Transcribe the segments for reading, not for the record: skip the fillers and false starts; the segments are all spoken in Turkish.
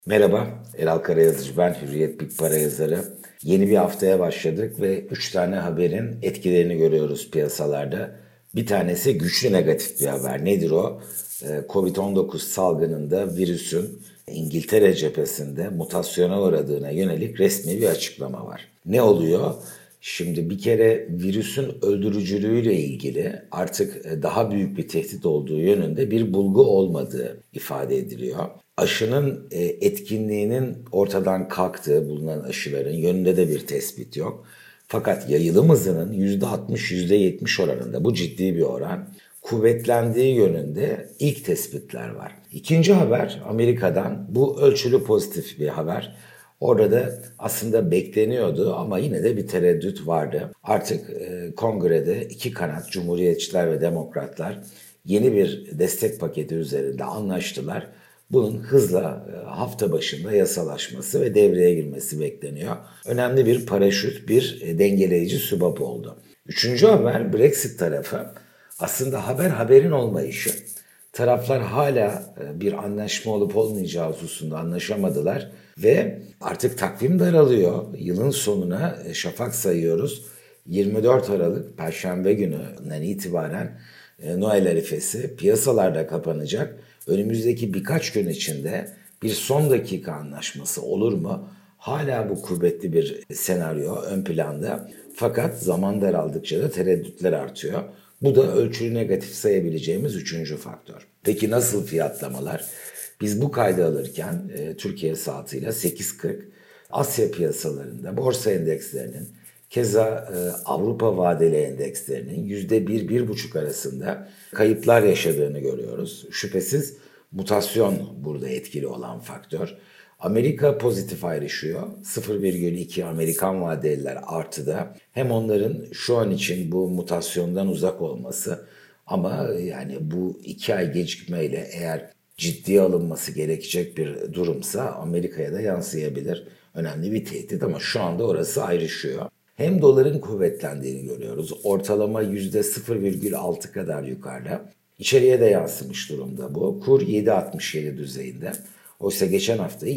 Merhaba, Eral Karayazıcı ben, Hürriyet Big Para yazarı. Yeni bir haftaya başladık ve 3 tane haberin etkilerini görüyoruz piyasalarda. Bir tanesi güçlü negatif bir haber. Nedir o? Covid-19 salgınında virüsün İngiltere cephesinde mutasyona uğradığına yönelik resmi bir açıklama var. Ne oluyor? Şimdi bir kere virüsün öldürücülüğüyle ilgili artık daha büyük bir tehdit olduğu yönünde bir bulgu olmadığı ifade ediliyor. Aşının etkinliğinin ortadan kalktığı bulunan aşıların yönünde de bir tespit yok. Fakat yayılım hızının %60, %70 oranında, bu ciddi bir oran, kuvvetlendiği yönünde ilk tespitler var. İkinci haber Amerika'dan, bu ölçülü pozitif bir haber. Orada da aslında bekleniyordu ama yine de bir tereddüt vardı. Artık kongrede iki kanat, Cumhuriyetçiler ve Demokratlar, yeni bir destek paketi üzerinde anlaştılar. Bunun hızla hafta başında yasalaşması ve devreye girmesi bekleniyor. Önemli bir paraşüt, bir dengeleyici sübap oldu. Üçüncü haber Brexit tarafı. Aslında haberin olmayışı. Taraflar hala bir anlaşma olup olmayacağı hususunda anlaşamadılar ve artık takvim daralıyor. Yılın sonuna şafak sayıyoruz. 24 Aralık Perşembe gününden itibaren Noel arifesi piyasalarda kapanacak. Önümüzdeki birkaç gün içinde bir son dakika anlaşması olur mu? Hala bu kuvvetli bir senaryo ön planda. Fakat zaman daraldıkça da tereddütler artıyor. Bu da ölçülü negatif sayabileceğimiz üçüncü faktör. Peki nasıl fiyatlamalar? Biz bu kaydı alırken Türkiye saatiyle 8.40 Asya piyasalarında borsa endekslerinin, keza Avrupa vadeli endekslerinin %1-1,5 arasında kayıplar yaşadığını görüyoruz. Şüphesiz mutasyon burada etkili olan faktör. Amerika pozitif ayrışıyor. 0,2 Amerikan vadeliler artıda. Hem onların şu an için bu mutasyondan uzak olması, ama yani bu 2 ay gecikmeyle eğer ciddiye alınması gerekecek bir durumsa Amerika'ya da yansıyabilir. Önemli bir tehdit ama şu anda orası ayrışıyor. Hem doların kuvvetlendiğini görüyoruz. Ortalama %0,6 kadar yukarıda. İçeriye de yansımış durumda bu. Kur 7,67 düzeyinde. Oysa geçen haftayı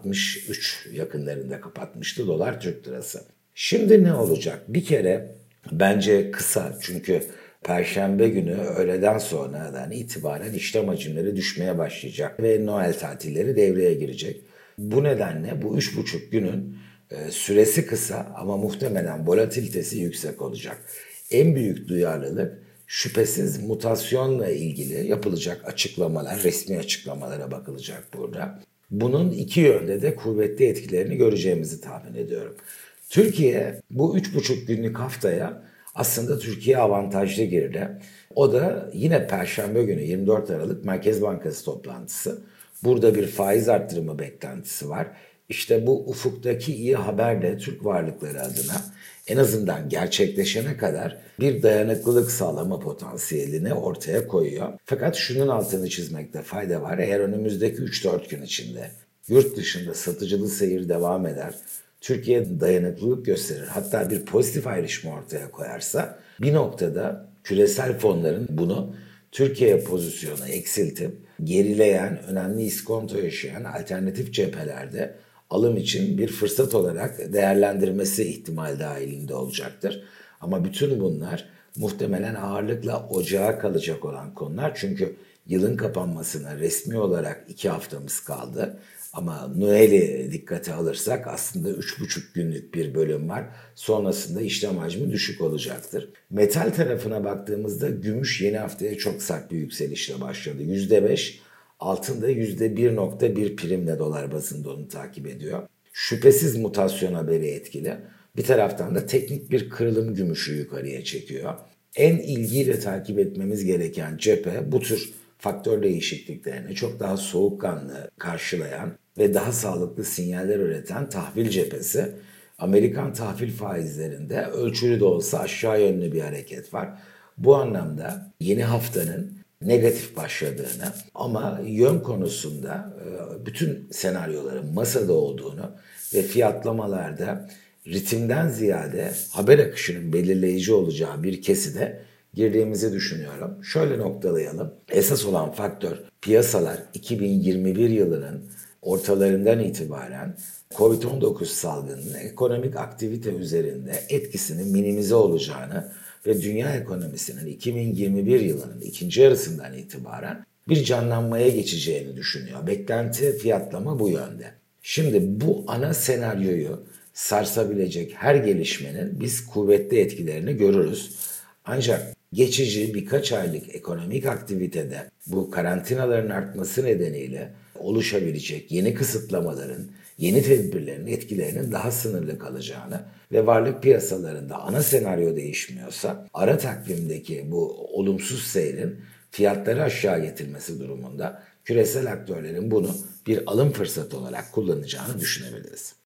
7,63 yakınlarında kapatmıştı dolar Türk lirası. Şimdi ne olacak? Bir kere bence kısa, çünkü Perşembe günü öğleden sonradan itibaren işlem hacimleri düşmeye başlayacak ve Noel tatilleri devreye girecek. Bu nedenle bu 3,5 günün süresi kısa ama muhtemelen volatilitesi yüksek olacak. En büyük duyarlılık şüphesiz mutasyonla ilgili yapılacak açıklamalar, resmi açıklamalara bakılacak burada. Bunun iki yönde de kuvvetli etkilerini göreceğimizi tahmin ediyorum. Türkiye bu 3,5 günlük haftaya aslında Türkiye avantajlı girdi. O da yine Perşembe günü 24 Aralık Merkez Bankası toplantısı. Burada bir faiz arttırımı beklentisi var. İşte bu ufuktaki iyi haber de Türk varlıkları adına en azından gerçekleşene kadar bir dayanıklılık sağlama potansiyelini ortaya koyuyor. Fakat şunun altını çizmekte fayda var. Eğer önümüzdeki 3-4 gün içinde yurt dışında satıcılı seyir devam eder, Türkiye dayanıklılık gösterir, hatta bir pozitif ayrışma ortaya koyarsa, bir noktada küresel fonların bunu Türkiye pozisyonu eksiltip gerileyen, önemli iskonto yaşayan alternatif cephelerde alım için bir fırsat olarak değerlendirmesi ihtimal dahilinde olacaktır. Ama bütün bunlar muhtemelen ağırlıkla ocağa kalacak olan konular. Çünkü yılın kapanmasına resmi olarak 2 haftamız kaldı. Ama Noel'i dikkate alırsak aslında 3,5 günlük bir bölüm var. Sonrasında işlem hacmi düşük olacaktır. Metal tarafına baktığımızda gümüş yeni haftaya çok sert bir yükselişle başladı. %5, altın da %1,1 primle dolar bazında onu takip ediyor. Şüphesiz mutasyon haberi etkili. Bir taraftan da teknik bir kırılım gümüşü yukarıya çekiyor. En ilgiyle takip etmemiz gereken cephe bu tür faktör değişikliklerini çok daha soğukkanlı karşılayan ve daha sağlıklı sinyaller üreten tahvil cephesi. Amerikan tahvil faizlerinde ölçülü de olsa aşağı yönlü bir hareket var. Bu anlamda yeni haftanın negatif başladığını ama yön konusunda bütün senaryoların masada olduğunu ve fiyatlamalarda ritimden ziyade haber akışının belirleyici olacağı bir keside girdiğimizi düşünüyorum. Şöyle noktalayalım. Esas olan faktör piyasalar 2021 yılının ortalarından itibaren Covid-19 salgınının ekonomik aktivite üzerinde etkisinin minimize olacağını ve dünya ekonomisinin 2021 yılının ikinci yarısından itibaren bir canlanmaya geçeceğini düşünüyor. Beklenti, fiyatlama bu yönde. Şimdi bu ana senaryoyu sarsabilecek her gelişmenin biz kuvvetli etkilerini görürüz. Ancak geçici birkaç aylık ekonomik aktivitede bu karantinaların artması nedeniyle oluşabilecek yeni kısıtlamaların, yeni tedbirlerin etkilerinin daha sınırlı kalacağını ve varlık piyasalarında ana senaryo değişmiyorsa ara takvimdeki bu olumsuz seyrin fiyatları aşağı getirmesi durumunda küresel aktörlerin bunu bir alım fırsatı olarak kullanacağını düşünebiliriz.